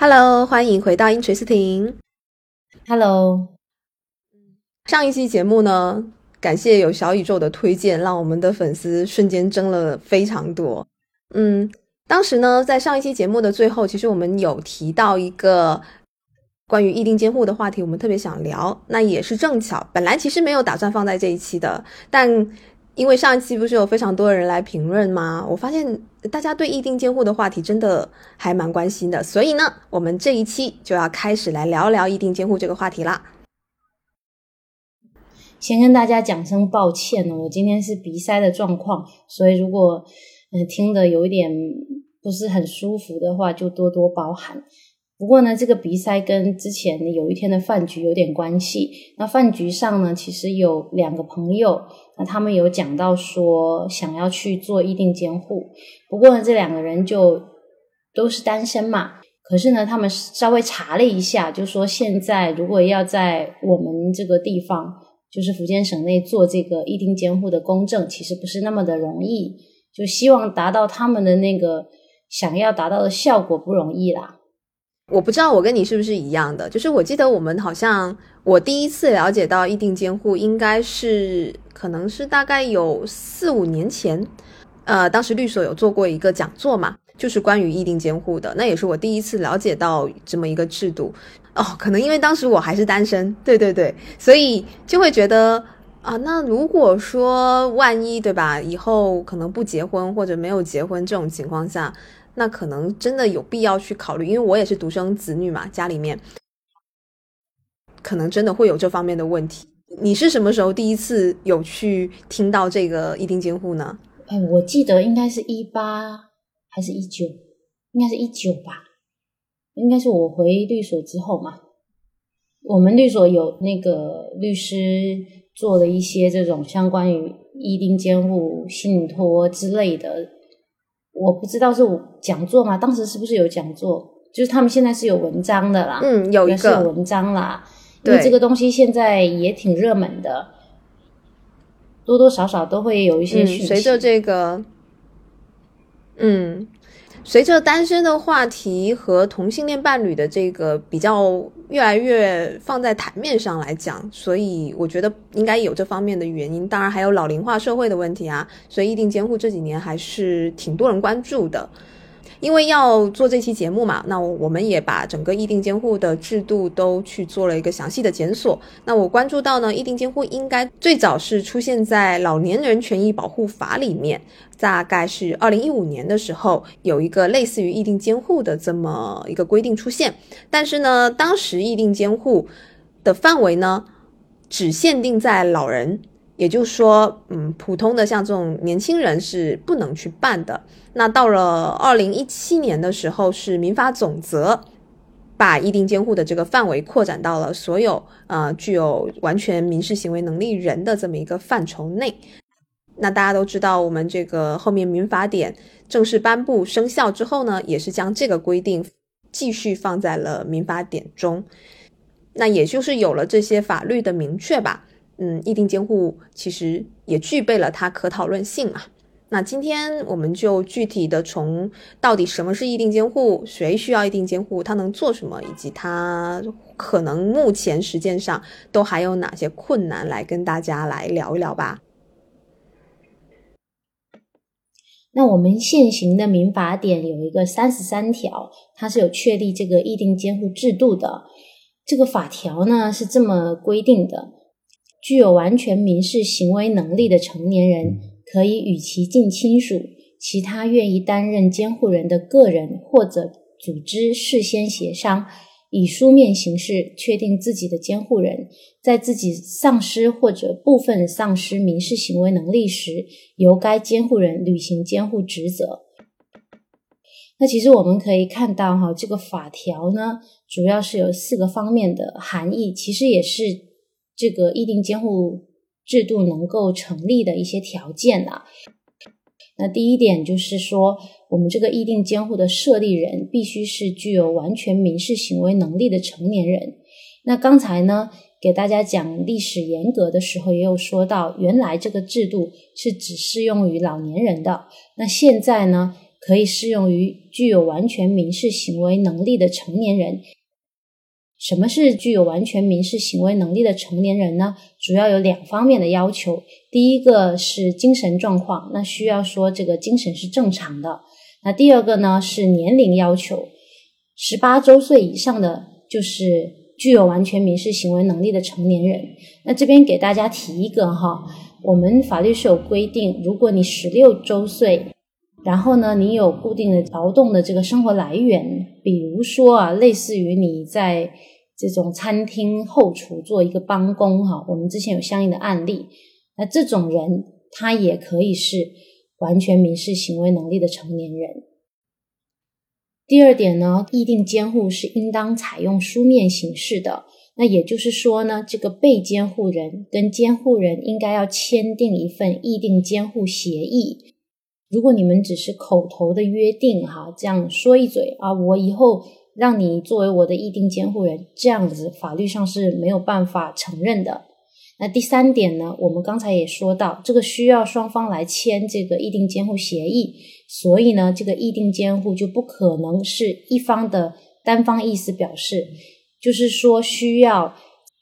Hello，欢迎回到音垂斯婷。 Hello， 上一期节目呢，感谢有小宇宙的推荐，让我们的粉丝瞬间增了非常多。当时呢，在上一期节目的最后，其实我们有提到一个关于议定监护的话题，我们特别想聊，那也是正巧，本来其实没有打算放在这一期的，但因为上一期不是有非常多人来评论吗？我发现大家对议定监护的话题真的还蛮关心的，所以呢，我们这一期就要开始来聊聊议定监护这个话题啦。 先跟大家讲声抱歉我今天是鼻塞的状况，所以如果听得有一点不是很舒服的话，就多多包涵。不过呢，这个鼻塞跟之前有一天的饭局有点关系。那饭局上呢，其实有2个朋友，那他们有讲到说想要去做议定监护。不过呢，这2个人就都是单身嘛。可是呢，他们稍微查了一下，就说现在如果要在我们这个地方，就是福建省内做这个议定监护的公证，其实不是那么的容易，就希望达到他们的那个想要达到的效果不容易啦。 我不知道我跟你是不是一样的，就是我记得我们好像我第一次了解到议定监护应该是可能是大概有4-5年前，当时律所有做过一个讲座嘛，就是关于议定监护的，那也是我第一次了解到这么一个制度。可能因为当时我还是单身，对，所以就会觉得那如果说万一对吧，以后可能不结婚或者没有结婚这种情况下，那可能真的有必要去考虑，因为我也是独生子女嘛，家里面可能真的会有这方面的问题。你是什么时候第一次有去听到这个议定监护呢？ 我记得应该是18还是19，应该是19吧，应该是我回律所之后嘛。我们律所有那个律师做了一些这种相关于议定监护、信托之类的，我不知道是讲座吗？当时是不是有讲座？就是他们现在是有文章的啦， 有一个是有文章啦，因为这个东西现在也挺热门的，多多少少都会有一些讯息。 随着这个随着单身的话题和同性恋伴侣的这个比较越来越放在台面上来讲，所以我觉得应该有这方面的原因，当然还有老龄化社会的问题啊，所以议定监护这几年还是挺多人关注的。因为要做这期节目嘛，那我们也把整个议定监护的制度都去做了一个详细的检索。那我关注到呢，议定监护应该最早是出现在老年人权益保护法里面，大概是2015年的时候有一个类似于议定监护的这么一个规定出现。但是呢，当时议定监护的范围呢，只限定在老人，也就是说普通的像这种年轻人是不能去办的。那到了2017年的时候，是民法总则把议定监护的这个范围扩展到了所有具有完全民事行为能力人的这么一个范畴内。那大家都知道，我们这个后面民法典正式颁布生效之后呢，也是将这个规定继续放在了民法典中。那也就是有了这些法律的明确吧，议定监护其实也具备了它可讨论性嘛。那今天我们就具体的从到底什么是议定监护，谁需要议定监护，它能做什么，以及它可能目前实践上都还有哪些困难，来跟大家来聊一聊吧。 那我们现行的民法典有一个33条，它是有确立这个议定监护制度的。这个法条呢是这么规定的：具有完全民事行为能力的成年人，可以与其近亲属、其他愿意担任监护人的个人或者组织事先协商，以书面形式确定自己的监护人，在自己丧失或者部分丧失民事行为能力时，由该监护人履行监护职责。那其实我们可以看到这个法条呢，主要是有4个方面的含义，其实也是这个议定监护制度能够成立的一些条件啦。那第一点就是说，我们这个议定监护的设立人必须是具有完全民事行为能力的成年人。那刚才呢，给大家讲历史沿革的时候，也有说到，原来这个制度是只适用于老年人的。那现在呢， 可以适用于具有完全民事行为能力的成年人。什么是具有完全民事行为能力的成年人呢？主要有2方面的要求。第一个是精神状况，那需要说这个精神是正常的。那第二个呢是年龄要求，18周岁以上的就是具有完全民事行为能力的成年人。那这边给大家提一个我们法律是有规定，如果你16周岁，然后呢你有固定的劳动的这个生活来源，比如说类似于你在这种餐厅后厨做一个帮工我们之前有相应的案例，那这种人他也可以是完全民事行为能力的成年人。第二点呢，议定监护是应当采用书面形式的，那也就是说呢，这个被监护人跟监护人应该要签订一份议定监护协议。如果你们只是口头的约定这样说一嘴我以后让你作为我的议定监护人，这样子法律上是没有办法承认的。那第三点呢，我们刚才也说到，这个需要双方来签这个议定监护协议，所以呢这个议定监护就不可能是一方的单方意思表示，就是说需要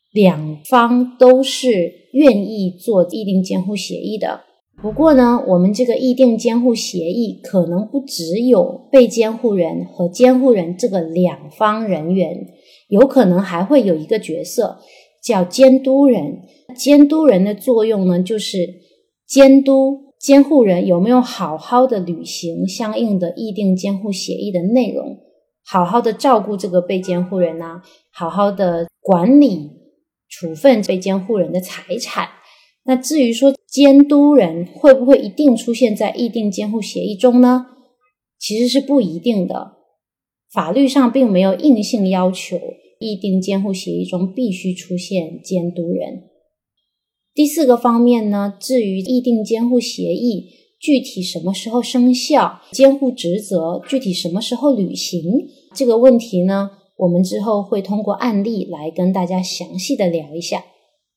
2方都是愿意做议定监护协议的。不过呢，我们这个议定监护协议可能不只有被监护人和监护人这个2方人员，有可能还会有一个角色叫监督人。监督人的作用呢，就是监督监护人有没有好好的履行相应的议定监护协议的内容，好好的照顾这个被监护人好好的管理处分被监护人的财产。那至于说监督人会不会一定出现在议定监护协议中呢？其实是不一定的，法律上并没有硬性要求议定监护协议中必须出现监督人。第4个方面呢，至于议定监护协议具体什么时候生效，监护职责具体什么时候履行，这个问题呢，我们之后会通过案例来跟大家详细的聊一下。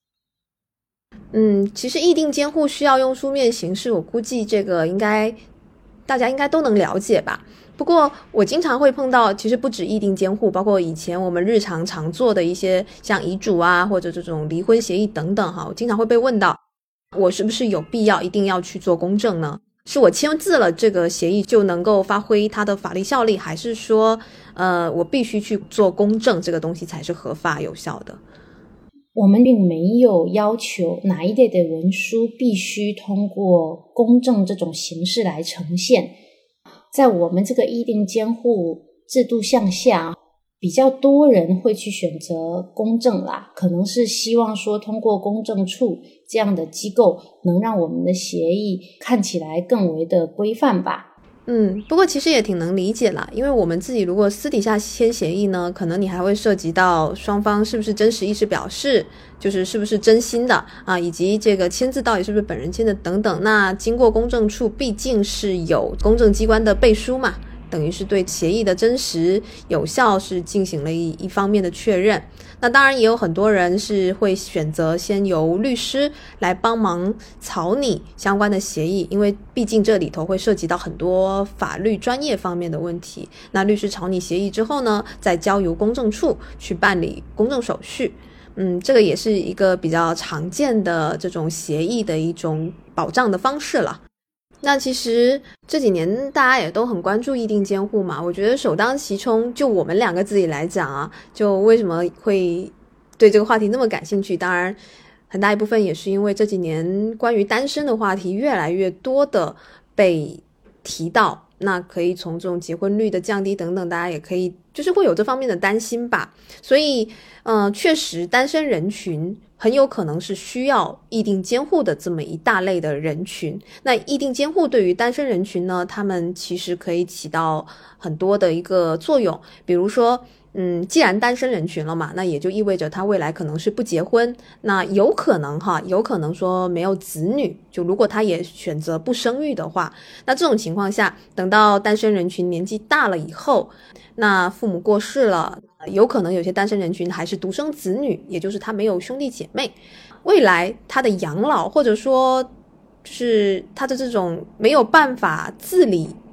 其实议定监护需要用书面形式，我估计这个大家应该都能了解吧。不过我经常会碰到，其实不止议定监护，包括以前我们日常常做的一些像遗嘱或者这种离婚协议等等我经常会被问到，我是不是有必要一定要去做公证呢？是我签字了这个协议就能够发挥它的法律效力，还是说我必须去做公证，这个东西才是合法有效的？ 我们并没有要求哪一类的文书必须通过公证这种形式来呈现。在我们这个议定监护制度项下，比较多人会去选择公证啦，可能是希望说通过公证处这样的机构能让我们的协议看起来更为的规范吧。 不过其实也挺能理解啦，因为我们自己如果私底下签协议呢，可能你还会涉及到双方是不是真实意思表示，就是是不是真心的以及这个签字到底是不是本人签的等等。那经过公证处毕竟是有公证机关的背书嘛，等于是对协议的真实有效是进行了一方面的确认。那当然也有很多人是会选择先由律师来帮忙草拟相关的协议，因为毕竟这里头会涉及到很多法律专业方面的问题。那律师草拟协议之后呢，再交由公证处去办理公证手续。这个也是一个比较常见的这种协议的一种保障的方式了。那其实这几年大家也都很关注议定监护嘛，我觉得首当其冲，就我们2个自己来讲就为什么会对这个话题那么感兴趣，当然很大一部分也是因为这几年关于单身的话题越来越多的被提到，那可以从这种结婚率的降低等等，大家也可以就是会有这方面的担心吧。所以确实单身人群很有可能是需要议定监护的这么一大类的人群。那议定监护对于单身人群呢，他们其实可以起到很多的一个作用，比如说既然单身人群了嘛，那也就意味着他未来可能是不结婚，那有可能说没有子女，就如果他也选择不生育的话，那这种情况下，等到单身人群年纪大了以后，那父母过世了，有可能有些单身人群还是独生子女，也就是他没有兄弟姐妹，未来他的养老或者说就是他的这种没有办法自理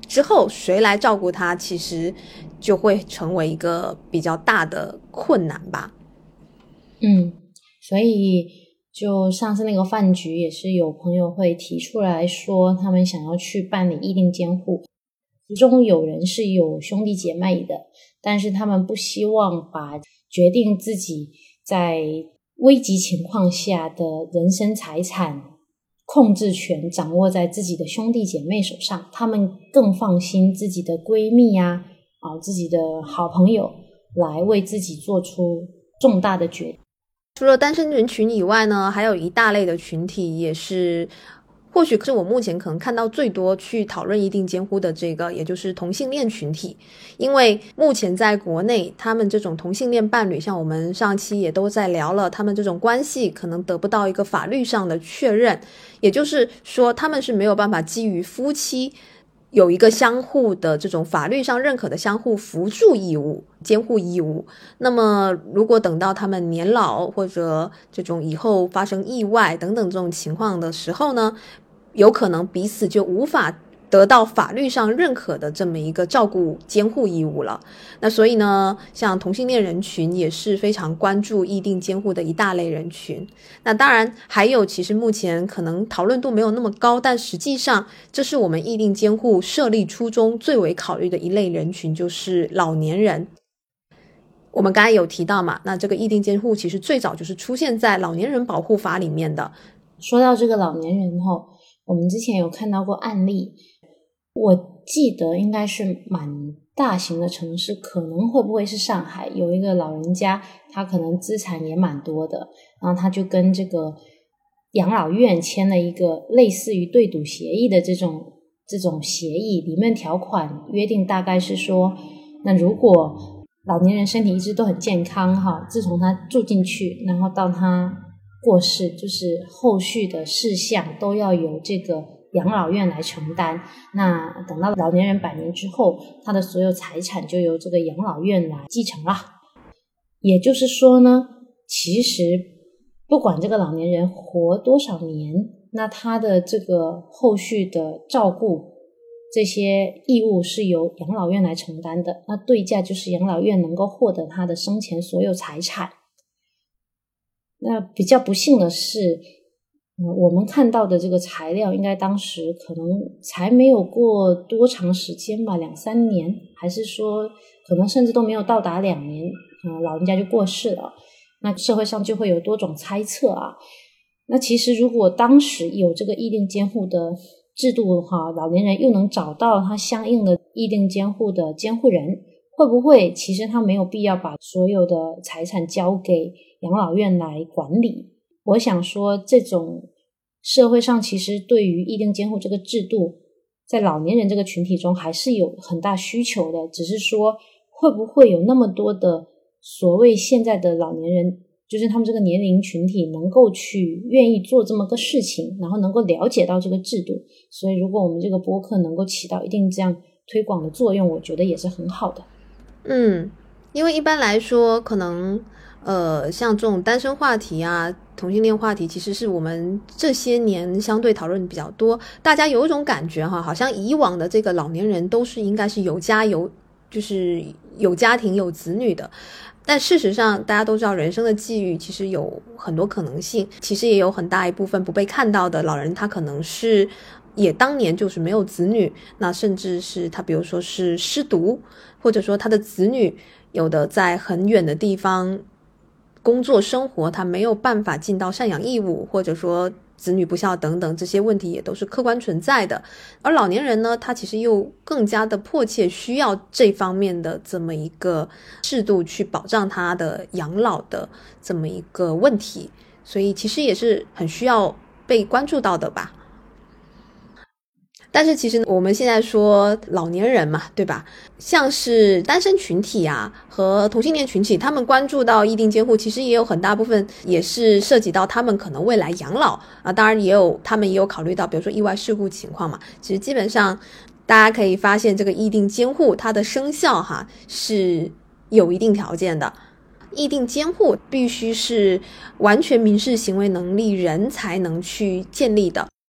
之后谁来照顾他，其实就会成为一个比较大的困难吧。 所以就上次那个饭局也是有朋友会提出来说他们想要去办理意定监护，其中有人是有兄弟姐妹的，但是他们不希望把决定自己在危急情况下的人身财产控制权掌握在自己的兄弟姐妹手上，他们更放心自己的闺蜜自己的好朋友来为自己做出重大的决定。 除了单身人群以外呢，还有一大类的群体也是或许是我目前可能看到最多去讨论意定监护的这个，也就是同性恋群体。因为目前在国内，他们这种同性恋伴侣，像我们上期也都在聊了，他们这种关系可能得不到一个法律上的确认，也就是说他们是没有办法基于夫妻有一个相互的这种法律上认可的相互扶助义务、监护义务。那么如果等到他们年老或者这种以后发生意外等等这种情况的时候呢，有可能彼此就无法得到法律上认可的这么一个照顾监护义务了。那所以呢，像同性恋人群也是非常关注意定监护的一大类人群。那当然还有其实目前可能讨论度没有那么高，但实际上这是我们意定监护设立初衷最为考虑的一类人群，就是老年人。我们刚才有提到嘛，那这个意定监护其实最早就是出现在老年人保护法里面的。 说到这个老年人后，我们之前有看到过案例，我记得应该是蛮大型的城市，可能会不会是上海，有一个老人家，他可能资产也蛮多的，然后他就跟这个养老院签了一个类似于对赌协议的这种协议，里面条款约定大概是说，那如果老年人身体一直都很健康自从他住进去，然后到他过世，就是后续的事项都要由这个养老院来承担。那等到老年人100年之后，他的所有财产就由这个养老院来继承了。也就是说呢，其实不管这个老年人活多少年，那他的这个后续的照顾这些义务是由养老院来承担的，那对价就是养老院能够获得他的生前所有财产。那比较不幸的是，我们看到的这个材料应该当时可能才没有过多长时间吧，2-3年，还是说可能甚至都没有到达2年，老人家就过世了。那社会上就会有多种猜测那其实如果当时有这个意定监护的制度老年人又能找到他相应的意定监护的监护人，会不会其实他没有必要把所有的财产交给养老院来管理？我想说，这种社会上其实对于意定监护这个制度，在老年人这个群体中还是有很大需求的，只是说会不会有那么多的所谓现在的老年人，就是他们这个年龄群体能够去愿意做这么个事情，然后能够了解到这个制度。所以如果我们这个播客能够起到一定这样推广的作用，我觉得也是很好的。 因为一般来说可能像这种单身话题同性恋话题，其实是我们这些年相对讨论比较多，大家有一种感觉好像以往的这个老年人都是应该是就是有家庭有子女的，但事实上大家都知道人生的际遇其实有很多可能性，其实也有很大一部分不被看到的老人，他可能是也当年就是没有子女，那甚至是他比如说是失独，或者说他的子女有的在很远的地方工作生活，他没有办法尽到赡养义务，或者说子女不孝等等，这些问题也都是客观存在的。而老年人呢，他其实又更加的迫切需要这方面的这么一个制度去保障他的养老的这么一个问题，所以其实也是很需要被关注到的吧。但是其实我们现在说老年人嘛，对吧？像是单身群体和同性恋群体，他们关注到意定监护，其实也有很大部分也是涉及到他们可能未来养老当然他们也有考虑到比如说意外事故情况嘛。其实基本上大家可以发现，这个意定监护它的生效是有一定条件的。意定监护必须是完全民事行为能力人才能去建立的。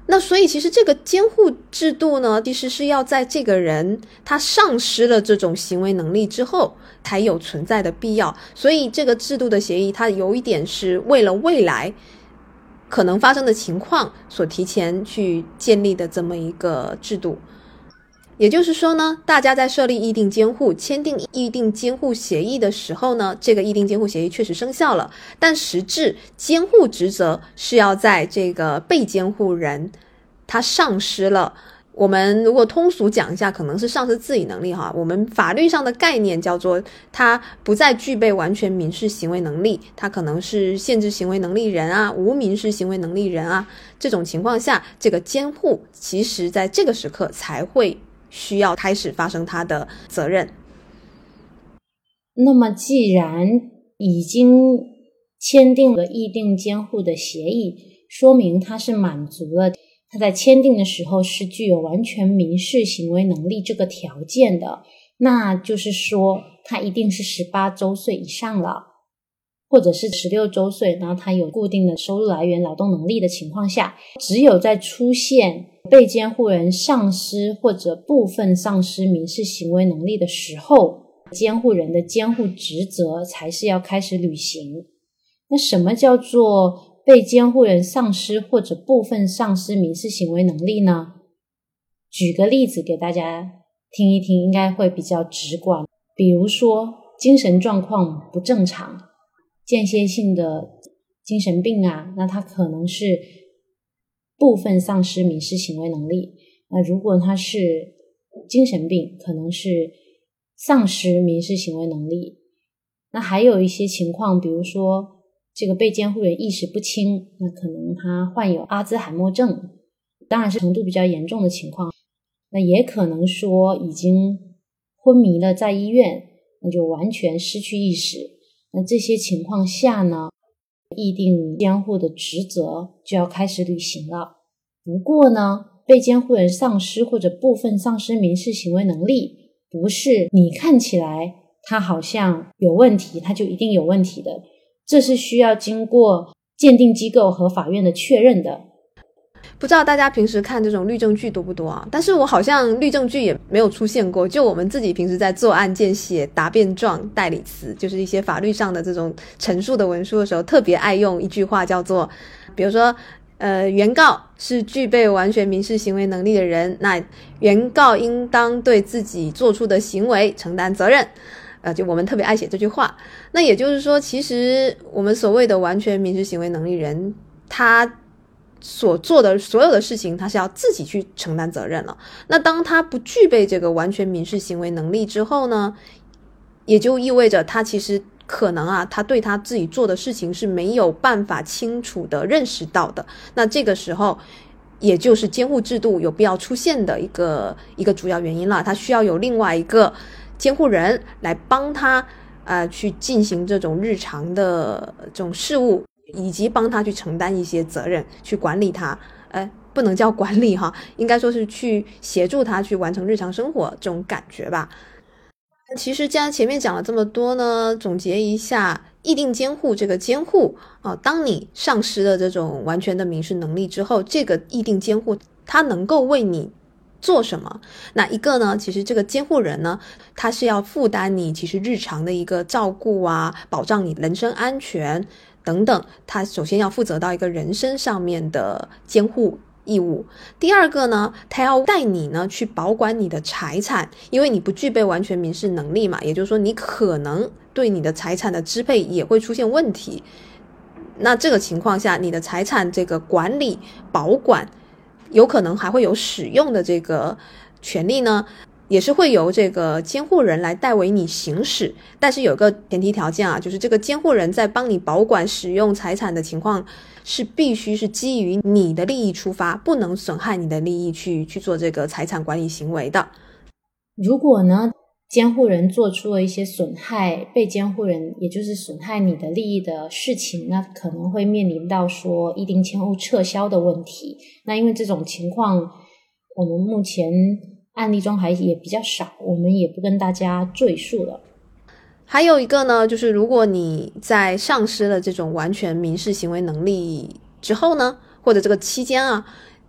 那所以其实这个监护制度呢，其实是要在这个人他丧失了这种行为能力之后才有存在的必要。所以这个制度的协议它有一点是为了未来可能发生的情况所提前去建立的这么一个制度。也就是说呢，大家在设立议定监护、签订议定监护协议的时候呢，这个议定监护协议确实生效了，但实质监护职责是要在这个被监护人他丧失了，我们如果通俗讲一下，可能是丧失自理能力哈。我们法律上的概念叫做他不再具备完全民事行为能力，他可能是限制行为能力人啊、无民事行为能力人啊，这种情况下，这个监护其实在这个时刻才会需要开始发生他的责任。 那么既然已经签订了议定监护的协议，说明他是满足了他在签订的时候是具有完全民事行为能力这个条件的，那就是说他一定是18周岁以上了，或者是16周岁，然后他有固定的收入来源、劳动能力的情况下，只有在出现被监护人丧失或者部分丧失民事行为能力的时候，监护人的监护职责才是要开始履行。那什么叫做被监护人丧失或者部分丧失民事行为能力呢？举个例子给大家听一听，应该会比较直观。比如说精神状况不正常，间歇性的精神病啊，那他可能是部分丧失民事行为能力。那如果他是精神病，可能是丧失民事行为能力。那还有一些情况，比如说这个被监护人意识不清，那可能他患有阿兹海默症，当然是程度比较严重的情况。那也可能说已经昏迷了，在医院，那就完全失去意识。那这些情况下呢，议定监护的职责就要开始履行了。不过呢，被监护人丧失或者部分丧失民事行为能力，不是你看起来他好像有问题，他就一定有问题的，这是需要经过鉴定机构和法院的确认的。 不知道大家平时看这种律政剧多不多啊？但是我好像律政剧也没有出现过，就我们自己平时在做案件写答辩状、代理词，就是一些法律上的这种陈述的文书的时候，特别爱用一句话叫做，比如说原告是具备完全民事行为能力的人，那原告应当对自己做出的行为承担责任。就我们特别爱写这句话。那也就是说，其实我们所谓的完全民事行为能力人，他所做的所有的事情，他是要自己去承担责任了。那当他不具备这个完全民事行为能力之后呢，也就意味着他其实可能他对他自己做的事情是没有办法清楚的认识到的。那这个时候也就是监护制度有必要出现的一个主要原因了，他需要有另外一个监护人来帮他去进行这种日常的这种事务，以及帮他去承担一些责任，去管理他，不能叫管理哈，应该说是去协助他去完成日常生活这种感觉吧。其实既然前面讲了这么多呢，总结一下，议定监护这个监护当你丧失了这种完全的民事能力之后，这个议定监护它能够为你做什么？那一个呢，其实这个监护人呢，他是要负担你其实日常的一个照顾保障你人身安全等等，他首先要负责到一个人身上面的监护义务。第二个呢，他要带你呢去保管你的财产，因为你不具备完全民事能力嘛，也就是说你可能对你的财产的支配也会出现问题。那这个情况下，你的财产这个管理保管有可能还会有使用的这个权利呢，也是会由这个监护人来代为你行使。但是有个前提条件就是这个监护人在帮你保管使用财产的情况是必须是基于你的利益出发，不能损害你的利益去做这个财产管理行为的。 如果呢监护人做出了一些损害被监护人，也就是损害你的利益的事情，那可能会面临到说议定监护撤销的问题。那因为这种情况我们目前案例中还也比较少，我们也不跟大家赘述了。 还有一个呢，就是如果你在丧失了这种完全民事行为能力之后呢，或者这个期间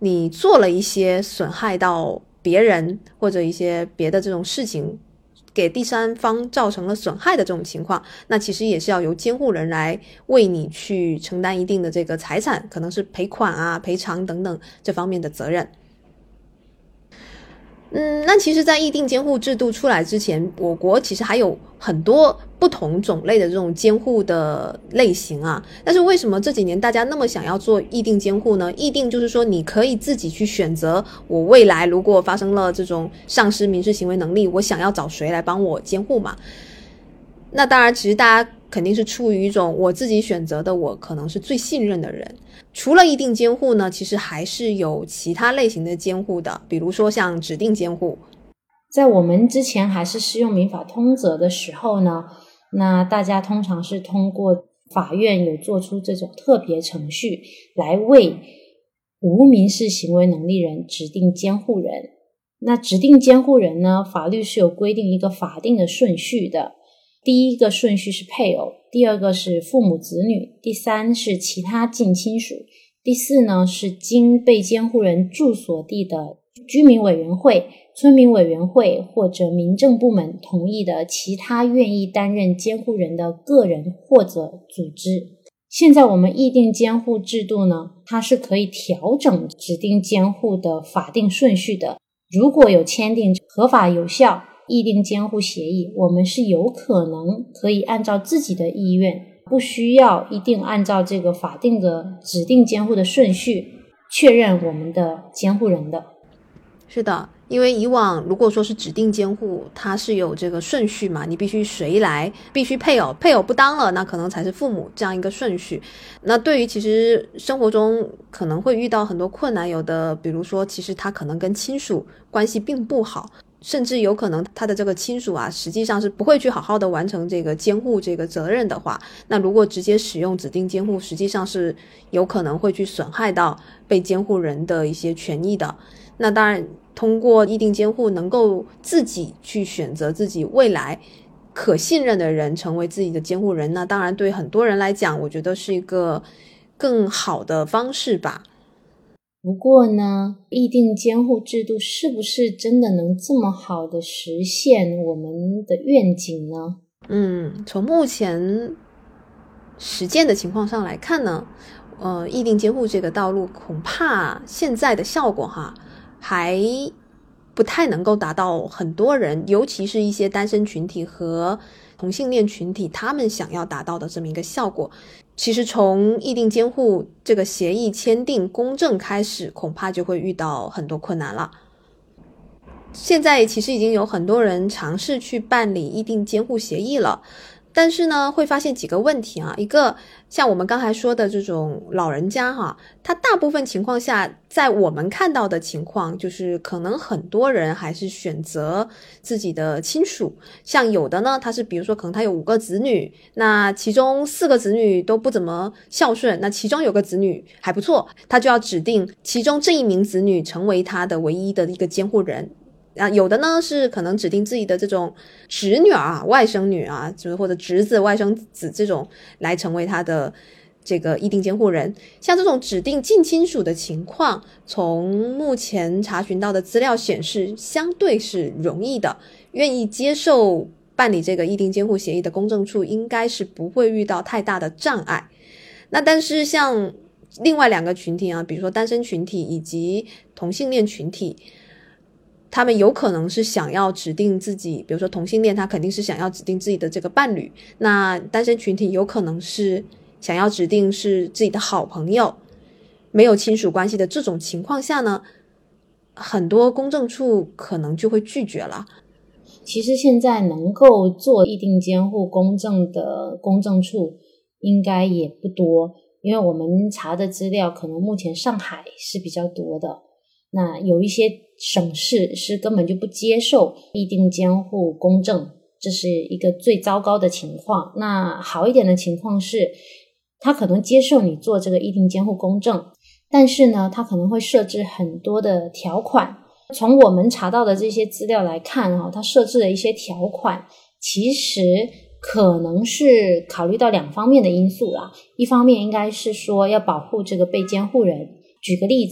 你做了一些损害到别人或者一些别的这种事情，给第三方造成了损害的这种情况，那其实也是要由监护人来为你去承担一定的这个财产，可能是赔款啊、赔偿等等这方面的责任。那其实在议定监护制度出来之前，我国其实还有很多不同种类的这种监护的类型啊。但是为什么这几年大家那么想要做议定监护呢？议定就是说你可以自己去选择，我未来如果发生了这种丧失民事行为能力，我想要找谁来帮我监护嘛。那当然其实大家肯定是出于一种我自己选择的，我可能是最信任的人。除了议定监护呢，其实还是有其他类型的监护的，比如说像指定监护。 在我们之前还是适用民法通则的时候呢，那大家通常是通过法院有做出这种特别程序来为无民事行为能力人指定监护人。那指定监护人呢，法律是有规定一个法定的顺序的。第一个顺序是配偶，第二个是父母子女，第三是其他近亲属，第四呢是经被监护人住所地的居民委员会、村民委员会或者民政部门同意的其他愿意担任监护人的个人或者组织。现在我们议定监护制度呢，它是可以调整指定监护的法定顺序的。如果有签订合法有效议定监护协议，我们是有可能可以按照自己的意愿，不需要一定按照这个法定的指定监护的顺序确认我们的监护人的。 是的，因为以往如果说是指定监护，它是有这个顺序嘛，你必须谁来，必须配偶不当了，那可能才是父母，这样一个顺序。那对于其实生活中可能会遇到很多困难，有的比如说其实他可能跟亲属关系并不好，甚至有可能他的这个亲属啊，实际上是不会去好好的完成这个监护这个责任的话，那如果直接使用指定监护，实际上是有可能会去损害到被监护人的一些权益的。那当然通过议定监护能够自己去选择自己未来可信任的人成为自己的监护人，那当然对很多人来讲，我觉得是一个更好的方式吧。 不过呢，议定监护制度是不是真的能这么好的实现我们的愿景呢？ 从目前实践的情况上来看呢，议定监护这个道路恐怕现在的效果还不太能够达到很多人，尤其是一些单身群体和同性恋群体他们想要达到的这么一个效果。其实从议定监护这个协议签订公证开始，恐怕就会遇到很多困难了。现在其实已经有很多人尝试去办理议定监护协议了，但是呢会发现几个问题啊。一个像我们刚才说的这种老人家他大部分情况下在我们看到的情况就是可能很多人还是选择自己的亲属，像有的呢他是比如说可能他有5个子女，那其中4个子女都不怎么孝顺，那其中有个子女还不错，他就要指定其中这一名子女成为他的唯一的一个监护人。有的呢是可能指定自己的这种侄女外甥女就是或者侄子外甥子这种来成为他的这个议定监护人。像这种指定近亲属的情况，从目前查询到的资料显示相对是容易的，愿意接受办理这个议定监护协议的公证处应该是不会遇到太大的障碍。那但是像另外2个群体比如说单身群体以及同性恋群体，他们有可能是想要指定自己，比如说同性恋他肯定是想要指定自己的这个伴侣，那单身群体有可能是想要指定是自己的好朋友，没有亲属关系的这种情况下呢，很多公证处可能就会拒绝了。 其实现在能够做议定监护公证的公证处应该也不多，因为我们查的资料可能目前上海是比较多的，那有一些省市是根本就不接受议定监护公证，这是一个最糟糕的情况。那好一点的情况是他可能接受你做这个议定监护公证，但是呢他可能会设置很多的条款。从我们查到的这些资料来看他设置的一些条款其实可能是考虑到2方面的因素啦。一方面应该是说要保护这个被监护人，举个例子，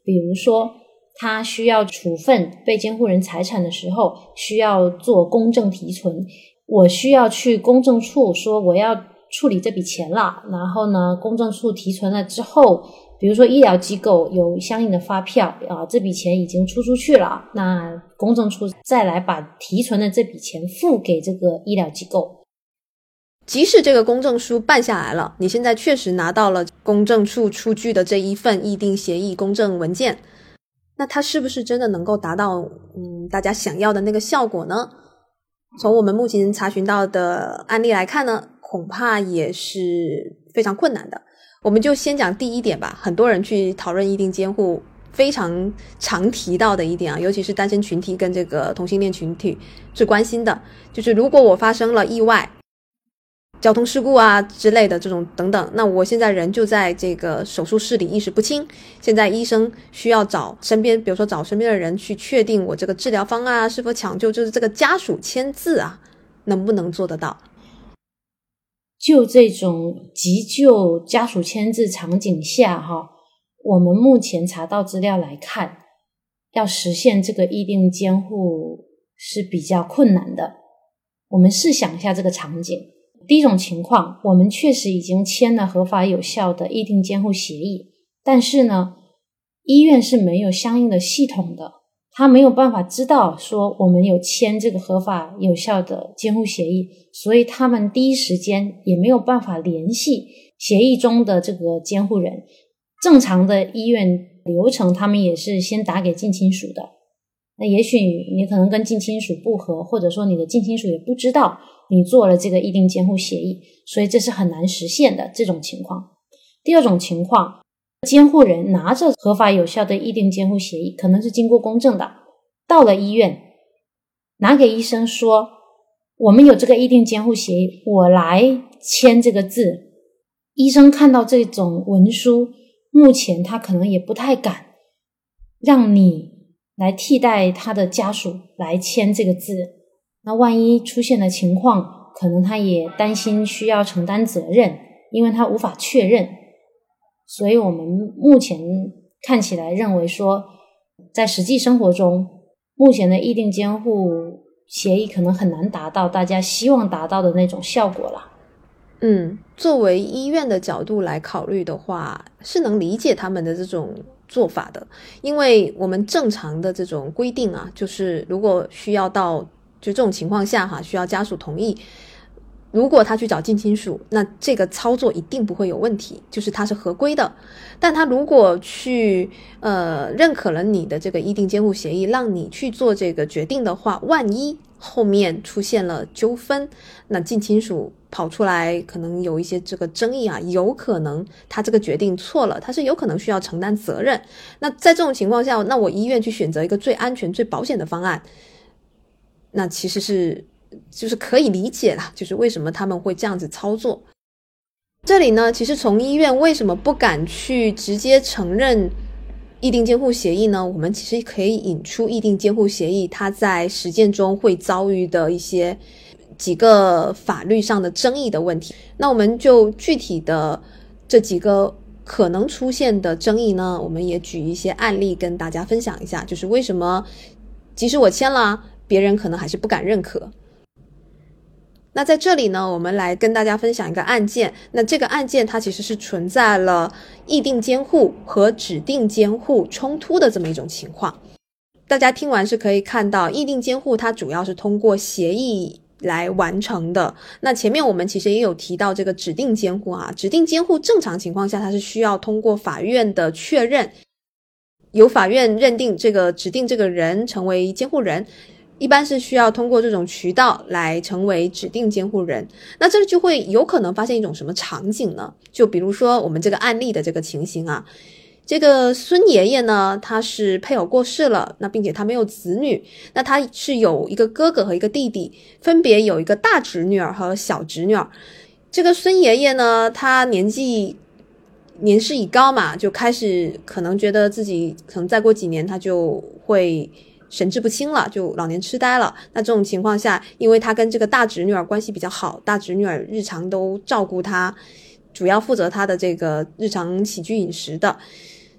比如说他需要处分被监护人财产的时候，需要做公证提存，我需要去公证处说我要处理这笔钱了，然后呢公证处提存了之后，比如说医疗机构有相应的发票这笔钱已经出去了，那公证处再来把提存的这笔钱付给这个医疗机构。 即使这个公证书办下来了，你现在确实拿到了公证处出具的这一份议定协议公证文件，那它是不是真的能够达到大家想要的那个效果呢？从我们目前查询到的案例来看呢，恐怕也是非常困难的。我们就先讲第一点吧，很多人去讨论议定监护非常常提到的一点尤其是单身群体跟这个同性恋群体最关心的，就是如果我发生了意外，交通事故之类的这种等等，那我现在人就在这个手术室里意识不清，现在医生需要找身边，比如说找身边的人去确定我这个治疗方是否抢救，就是这个家属签字能不能做得到？ 就这种急救家属签字场景下我们目前查到资料来看，要实现这个议定监护是比较困难的。我们试想一下这个场景，第一种情况，我们确实已经签了合法有效的议定监护协议，但是呢，医院是没有相应的系统的，他没有办法知道说我们有签这个合法有效的监护协议，所以他们第一时间也没有办法联系协议中的这个监护人。正常的医院流程，他们也是先打给近亲属的，那也许你可能跟近亲属不合，或者说你的近亲属也不知道你做了这个议定监护协议，所以这是很难实现的这种情况。第二种情况，监护人拿着合法有效的议定监护协议，可能是经过公证的，到了医院拿给医生说我们有这个议定监护协议，我来签这个字。医生看到这种文书，目前他可能也不太敢让你来替代他的家属来签这个字，那万一出现的情况，可能他也担心需要承担责任，因为他无法确认。所以我们目前看起来认为说，在实际生活中，目前的议定监护协议可能很难达到大家希望达到的那种效果了。 作为医院的角度来考虑的话，是能理解他们的这种做法的，因为我们正常的这种规定就是如果需要到就这种情况下需要家属同意，如果他去找近亲属，那这个操作一定不会有问题，就是他是合规的。但他如果去认可了你的这个议定监护协议，让你去做这个决定的话，万一后面出现了纠纷，那近亲属跑出来可能有一些这个争议有可能他这个决定错了，他是有可能需要承担责任。那在这种情况下，那我医院去选择一个最安全最保险的方案，那其实就是可以理解啦，就是为什么他们会这样子操作。这里呢，其实从医院为什么不敢去直接承认议定监护协议呢？我们其实可以引出议定监护协议它在实践中会遭遇的几个法律上的争议的问题。那我们就具体的这几个可能出现的争议呢，我们也举一些案例跟大家分享一下，就是为什么即使我签了，别人可能还是不敢认可。那在这里呢，我们来跟大家分享一个案件。那这个案件它其实是存在了议定监护和指定监护冲突的这么一种情况。大家听完是可以看到，议定监护它主要是通过协议来完成的。那前面我们其实也有提到这个指定监护指定监护正常情况下它是需要通过法院的确认，由法院认定这个指定这个人成为监护人，一般是需要通过这种渠道来成为指定监护人。那这就会有可能发现一种什么场景呢？就比如说我们这个案例的这个情形这个孙爷爷呢，他是配偶过世了，那并且他没有子女，那他是有一个哥哥和一个弟弟，分别有一个大侄女儿和小侄女儿。这个孙爷爷呢，他年事已高嘛，就开始可能觉得自己可能再过几年他就会神志不清了，就老年痴呆了。那这种情况下，因为他跟这个大侄女儿关系比较好，大侄女儿日常都照顾他，主要负责他的这个日常起居饮食的。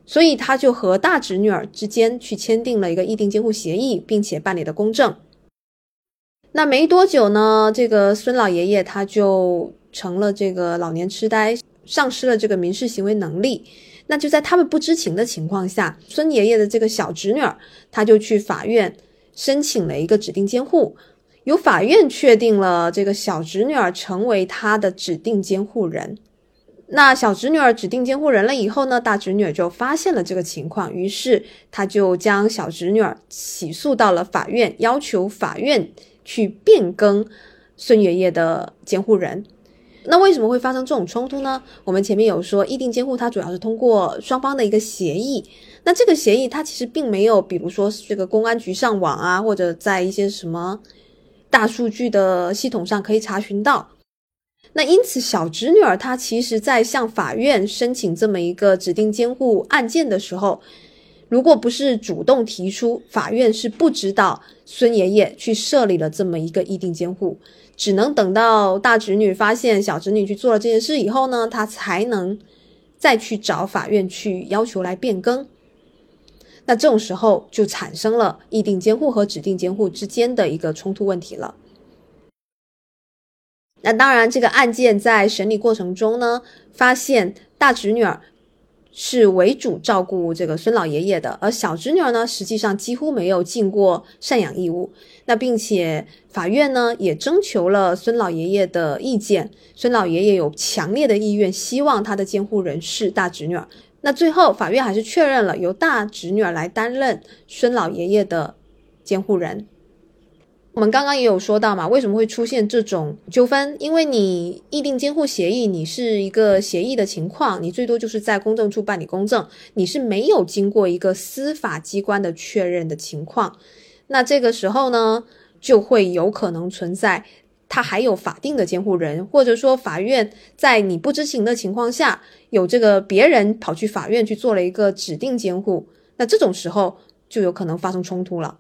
所以他就和大侄女儿之间去签订了一个议定监护协议，并且办理了公证。那没多久呢，这个孙老爷爷他就成了这个老年痴呆，丧失了这个民事行为能力。那就在他们不知情的情况下，孙爷爷的这个小侄女儿，他就去法院申请了一个指定监护，由法院确定了这个小侄女儿成为他的指定监护人。那小侄女儿指定监护人了以后呢，大侄女儿就发现了这个情况，于是他就将小侄女儿起诉到了法院，要求法院去变更孙爷爷的监护人。那为什么会发生这种冲突呢？我们前面有说，议定监护它主要是通过双方的一个协议。那这个协议它其实并没有，比如说这个公安局上网啊，或者在一些什么大数据的系统上可以查询到。那因此小侄女儿她其实在向法院申请这么一个指定监护案件的时候，如果不是主动提出，法院是不知道孙爷爷去设立了这么一个议定监护，只能等到大侄女发现小侄女去做了这件事以后呢，她才能再去找法院去要求来变更。那这种时候就产生了议定监护和指定监护之间的一个冲突问题了。那当然这个案件在审理过程中呢，发现大侄女儿是为主照顾这个孙老爷爷的，而小侄女儿呢实际上几乎没有尽过赡养义务。那并且法院呢也征求了孙老爷爷的意见，孙老爷爷有强烈的意愿希望他的监护人是大侄女儿。那最后法院还是确认了由大侄女儿来担任孙老爷爷的监护人。我们刚刚也有说到嘛，为什么会出现这种纠纷？因为你议定监护协议，你是一个协议的情况，你最多就是在公证处办理公证，你是没有经过一个司法机关的确认的情况。那这个时候呢，就会有可能存在他还有法定的监护人，或者说法院在你不知情的情况下，有这个别人跑去法院去做了一个指定监护，那这种时候就有可能发生冲突了。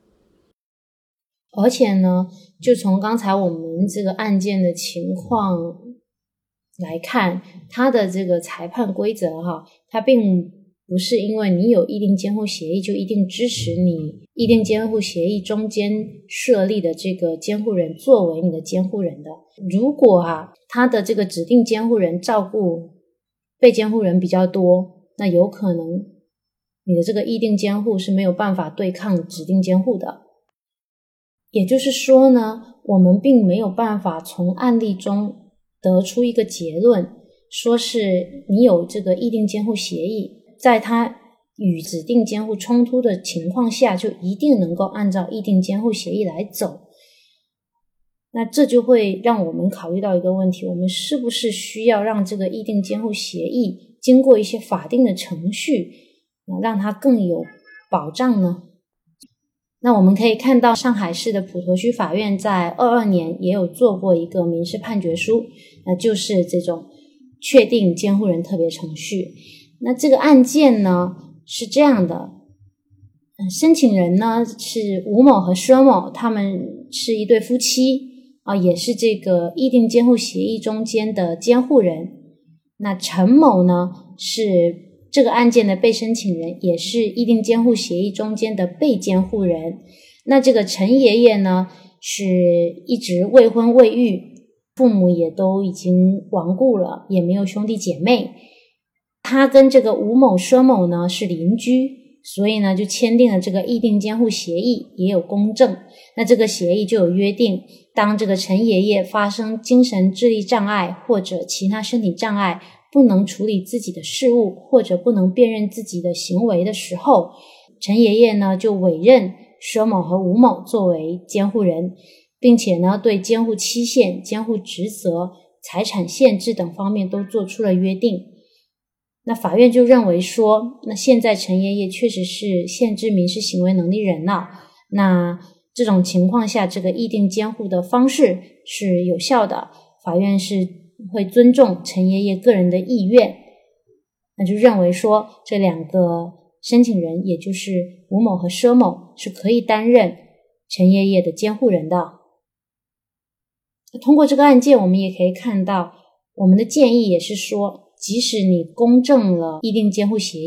而且呢，就从刚才我们这个案件的情况来看，它的这个裁判规则它并不是因为你有议定监护协议就一定支持你议定监护协议中间设立的这个监护人作为你的监护人的。如果他的这个指定监护人照顾被监护人比较多，那有可能你的这个议定监护是没有办法对抗指定监护的。也就是说呢，我们并没有办法从案例中得出一个结论，说是你有这个议定监护协议，在它与指定监护冲突的情况下，就一定能够按照议定监护协议来走。那这就会让我们考虑到一个问题，我们是不是需要让这个议定监护协议经过一些法定的程序，让它更有保障呢？那我们可以看到上海市的普陀区法院在22年也有做过一个民事判决书，那就是这种确定监护人特别程序。那这个案件呢是这样的，申请人呢是吴某和佘某，他们是一对夫妻也是这个议定监护协议中间的监护人。那陈某呢是这个案件的被申请人，也是议定监护协议中间的被监护人。那这个陈爷爷呢是一直未婚未育，父母也都已经亡故了，也没有兄弟姐妹。他跟这个吴某佘某呢是邻居，所以呢就签订了这个议定监护协议，也有公证。那这个协议就有约定，当这个陈爷爷发生精神智力障碍或者其他身体障碍，不能处理自己的事务或者不能辨认自己的行为的时候，陈爷爷呢就委任佘某和吴某作为监护人，并且呢对监护期限、监护职责、财产限制等方面都做出了约定。那法院就认为说，那现在陈爷爷确实是限制民事行为能力人了，那这种情况下这个议定监护的方式是有效的，法院是会尊重陈爷爷个人的意愿，那就认为说这两个申请人，也就是吴某和佘某，是可以担任陈爷爷的监护人的。通过这个案件，我们也可以看到，我们的建议也是说，即使你公证了议定监护协议，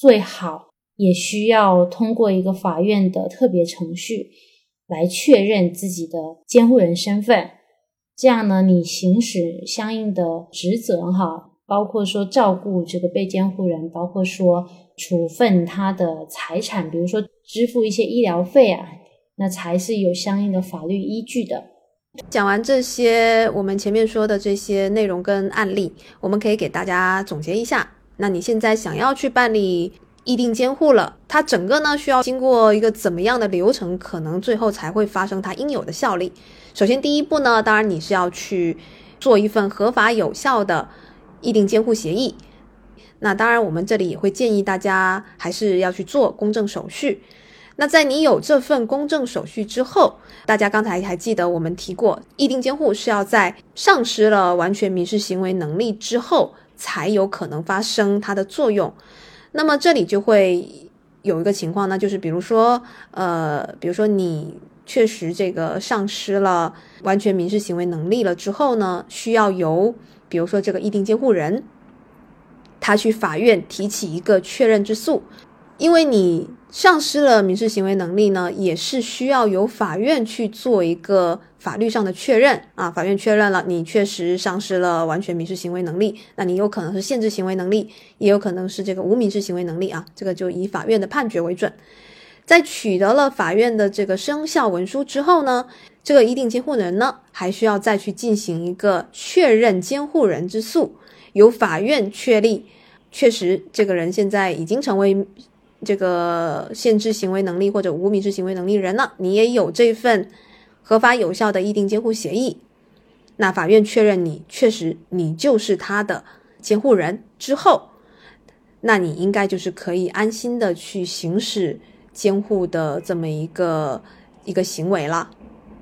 最好也需要通过一个法院的特别程序来确认自己的监护人身份。这样呢，你行使相应的职责包括说照顾这个被监护人，包括说处分他的财产，比如说支付一些医疗费那才是有相应的法律依据的。 讲完这些我们前面说的这些内容跟案例，我们可以给大家总结一下。那你现在想要去办理议定监护了，它整个呢需要经过一个怎么样的流程，可能最后才会发生它应有的效力。首先第一步呢，当然你是要去做一份合法有效的议定监护协议。那当然我们这里也会建议大家还是要去做公证手续。那在你有这份公证手续之后，大家刚才还记得我们提过，议定监护是要在丧失了完全民事行为能力之后才有可能发生它的作用。那么这里就会有一个情况呢，就是比如说你确实这个丧失了完全民事行为能力了之后呢，需要由比如说这个议定监护人他去法院提起一个确认之诉。因为你丧失了民事行为能力呢，也是需要由法院去做一个法律上的确认法院确认了你确实丧失了完全民事行为能力，那你有可能是限制行为能力，也有可能是这个无民事行为能力这个就以法院的判决为准。在取得了法院的这个生效文书之后呢，这个议定监护人呢还需要再去进行一个确认监护人之诉，由法院确立确实这个人现在已经成为这个限制行为能力或者无民事行为能力人了，你也有这份合法有效的议定监护协议，那法院确认你确实你就是他的监护人之后，那你应该就是可以安心的去行使监护的这么一个行为了。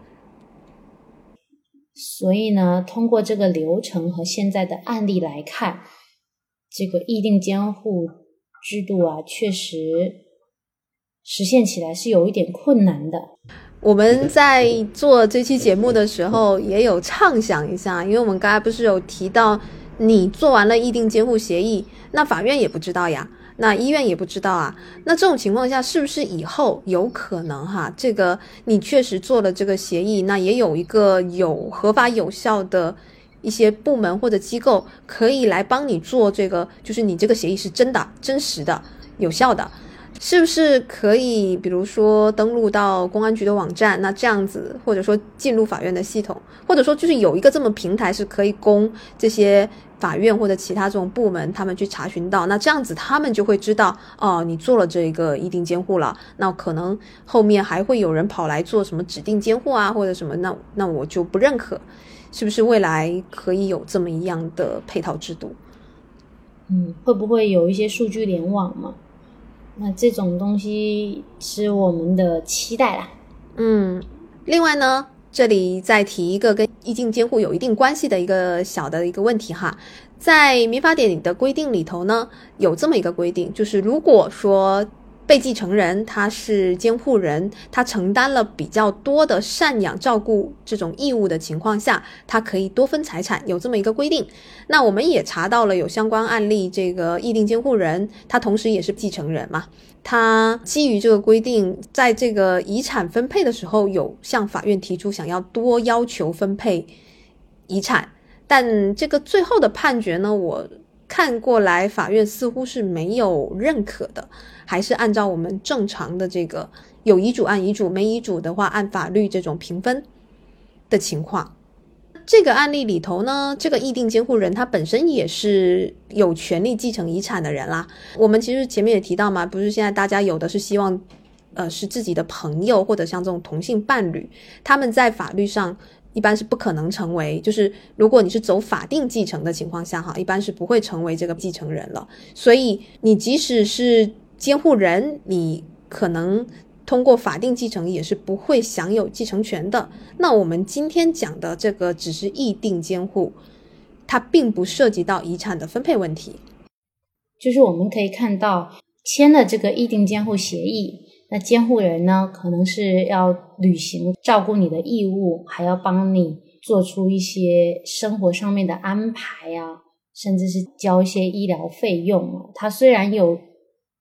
所以呢，通过这个流程和现在的案例来看，这个议定监护制度确实实现起来是有一点困难的。 我们在做这期节目的时候也有畅想一下，因为我们刚才不是有提到你做完了议定监护协议，那法院也不知道呀，那医院也不知道那这种情况下是不是以后有可能这个你确实做了这个协议，那也有一个有合法有效的一些部门或者机构可以来帮你做这个，就是你这个协议是真的真实的有效的，是不是可以比如说登录到公安局的网站，那这样子或者说进入法院的系统，或者说就是有一个这么平台是可以供这些法院或者其他这种部门他们去查询到，那这样子他们就会知道你做了这个议定监护了，那可能后面还会有人跑来做什么指定监护或者什么，那我就不认可，是不是未来可以有这么一样的配套制度？ 会不会有一些数据联网嘛？那这种东西是我们的期待啦。 另外呢，这里再提一个跟议定监护有一定关系的一个小的一个问题在民法典里的规定里头呢，有这么一个规定，就是如果说被继承人他是监护人，他承担了比较多的赡养照顾这种义务的情况下，他可以多分财产，有这么一个规定。那我们也查到了有相关案例，这个议定监护人他同时也是继承人嘛，他基于这个规定，在这个遗产分配的时候有向法院提出想要多要求分配遗产，但这个最后的判决呢，我看过来法院似乎是没有认可的，还是按照我们正常的这个有遗嘱按遗嘱，没遗嘱的话按法律这种平分的情况。这个案例里头呢，这个议定监护人他本身也是有权利继承遗产的人啦。我们其实前面也提到嘛，不是现在大家有的是希望是自己的朋友或者像这种同性伴侣，他们在法律上一般是不可能成为，就是如果你是走法定继承的情况下一般是不会成为这个继承人了。所以你即使是监护人，你可能通过法定继承也是不会享有继承权的。那我们今天讲的这个只是议定监护，它并不涉及到遗产的分配问题。 就是我们可以看到签了这个议定监护协议，那监护人呢可能是要履行照顾你的义务，还要帮你做出一些生活上面的安排甚至是交一些医疗费用他虽然有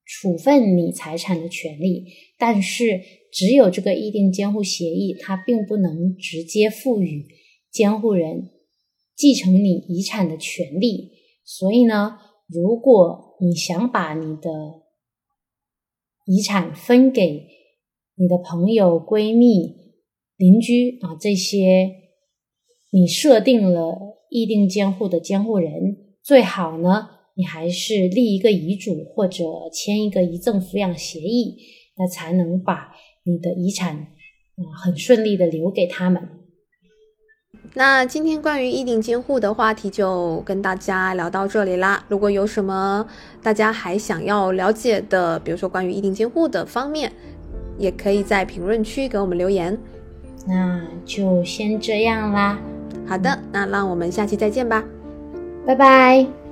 处分你财产的权利，但是只有这个议定监护协议，它并不能直接赋予监护人继承你遗产的权利。所以呢，如果你想把你的遗产分给你的朋友、闺蜜、邻居这些你设定了议定监护的监护人，最好呢你还是立一个遗嘱或者签一个遗赠抚养协议，那才能把你的遗产很顺利的留给他们。 那今天关于议定监护的话题就跟大家聊到这里啦。如果有什么大家还想要了解的，比如说关于议定监护的方面，也可以在评论区给我们留言。 那就先这样啦。 好的，那让我们下期再见吧。 拜拜。